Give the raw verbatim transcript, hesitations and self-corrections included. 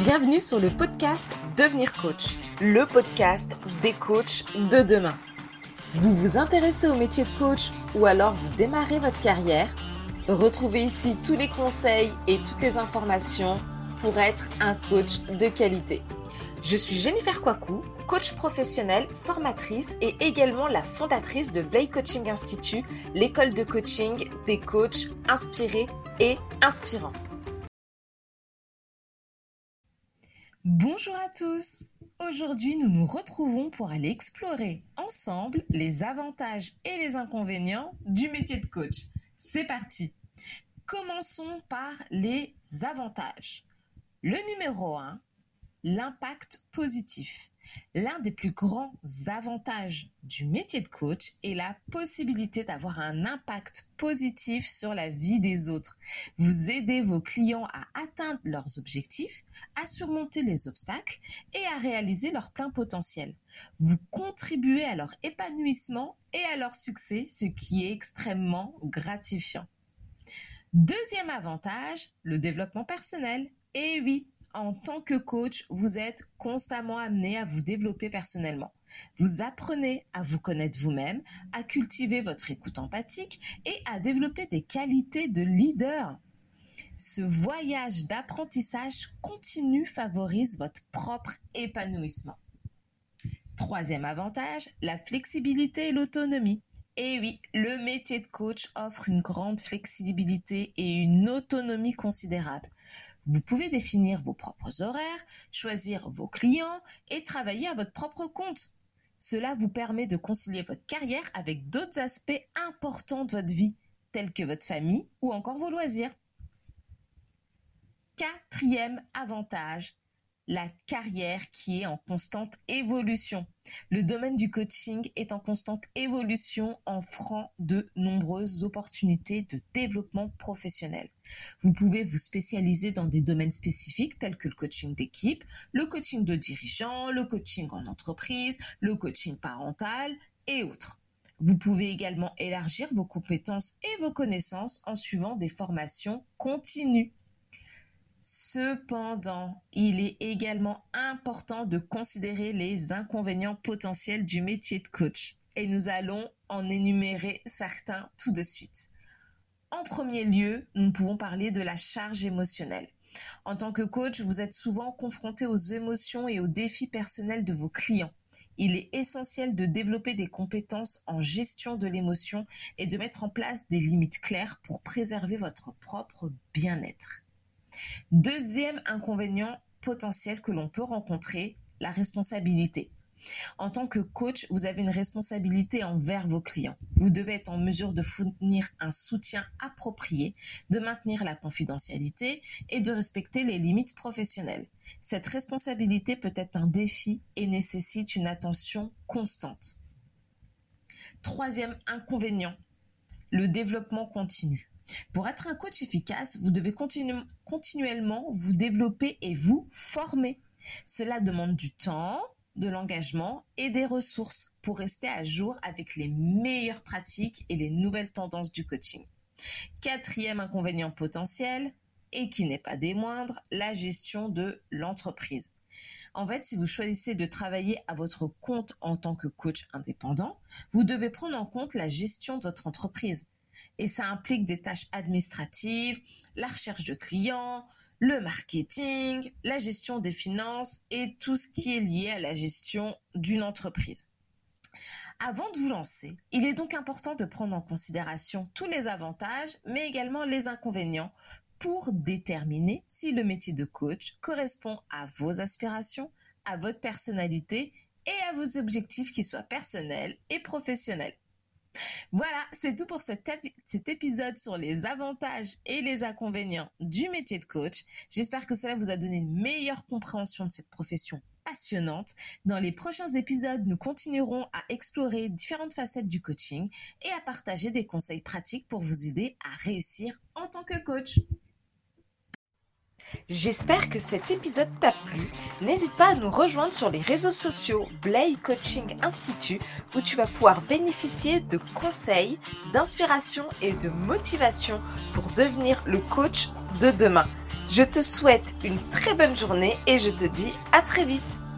Bienvenue sur le podcast Devenir coach, le podcast des coachs de demain. Vous vous intéressez au métier de coach ou alors vous démarrez votre carrière? Retrouvez ici tous les conseils et toutes les informations pour être un coach de qualité. Je suis Jennifer Kouakou, coach professionnelle, formatrice et également la fondatrice de Blay Coaching Institute, l'école de coaching des coachs inspirés et inspirants. Bonjour à tous! Aujourd'hui, nous nous retrouvons pour aller explorer ensemble les avantages et les inconvénients du métier de coach. C'est parti! Commençons par les avantages. Le numéro un, l'impact positif. L'un des plus grands avantages du métier de coach est la possibilité d'avoir un impact positif sur la vie des autres. Vous aidez vos clients à atteindre leurs objectifs, à surmonter les obstacles et à réaliser leur plein potentiel. Vous contribuez à leur épanouissement et à leur succès, ce qui est extrêmement gratifiant. Deuxième avantage, le développement personnel. Et oui, en tant que coach, vous êtes constamment amené à vous développer personnellement. Vous apprenez à vous connaître vous-même, à cultiver votre écoute empathique et à développer des qualités de leader. Ce voyage d'apprentissage continu favorise votre propre épanouissement. Troisième avantage, la flexibilité et l'autonomie. Et oui, le métier de coach offre une grande flexibilité et une autonomie considérable. Vous pouvez définir vos propres horaires, choisir vos clients et travailler à votre propre compte. Cela vous permet de concilier votre carrière avec d'autres aspects importants de votre vie, tels que votre famille ou encore vos loisirs. Quatrième avantage, la carrière qui est en constante évolution. Le domaine du coaching est en constante évolution, offrant de nombreuses opportunités de développement professionnel. Vous pouvez vous spécialiser dans des domaines spécifiques tels que le coaching d'équipe, le coaching de dirigeants, le coaching en entreprise, le coaching parental et autres. Vous pouvez également élargir vos compétences et vos connaissances en suivant des formations continues. Cependant, il est également important de considérer les inconvénients potentiels du métier de coach. Et nous allons en énumérer certains tout de suite. En premier lieu, nous pouvons parler de la charge émotionnelle. En tant que coach, vous êtes souvent confronté aux émotions et aux défis personnels de vos clients. Il est essentiel de développer des compétences en gestion de l'émotion et de mettre en place des limites claires pour préserver votre propre bien-être. Deuxième inconvénient potentiel que l'on peut rencontrer, la responsabilité. En tant que coach, vous avez une responsabilité envers vos clients. Vous devez être en mesure de fournir un soutien approprié, de maintenir la confidentialité et de respecter les limites professionnelles. Cette responsabilité peut être un défi et nécessite une attention constante. Troisième inconvénient, le développement continu. Pour être un coach efficace, vous devez continu- continuellement vous développer et vous former. Cela demande du temps, de l'engagement et des ressources pour rester à jour avec les meilleures pratiques et les nouvelles tendances du coaching. Quatrième inconvénient potentiel, et qui n'est pas des moindres, la gestion de l'entreprise. En fait, si vous choisissez de travailler à votre compte en tant que coach indépendant, vous devez prendre en compte la gestion de votre entreprise. Et ça implique des tâches administratives, la recherche de clients, le marketing, la gestion des finances et tout ce qui est lié à la gestion d'une entreprise. Avant de vous lancer, il est donc important de prendre en considération tous les avantages, mais également les inconvénients pour déterminer si le métier de coach correspond à vos aspirations, à votre personnalité et à vos objectifs qui soient personnels et professionnels. Voilà, c'est tout pour cet, ép- cet épisode sur les avantages et les inconvénients du métier de coach. J'espère que cela vous a donné une meilleure compréhension de cette profession passionnante. Dans les prochains épisodes, nous continuerons à explorer différentes facettes du coaching et à partager des conseils pratiques pour vous aider à réussir en tant que coach. J'espère que cet épisode t'a plu. N'hésite pas à nous rejoindre sur les réseaux sociaux Blay Coaching Institute où tu vas pouvoir bénéficier de conseils, d'inspiration et de motivation pour devenir le coach de demain. Je te souhaite une très bonne journée et je te dis à très vite.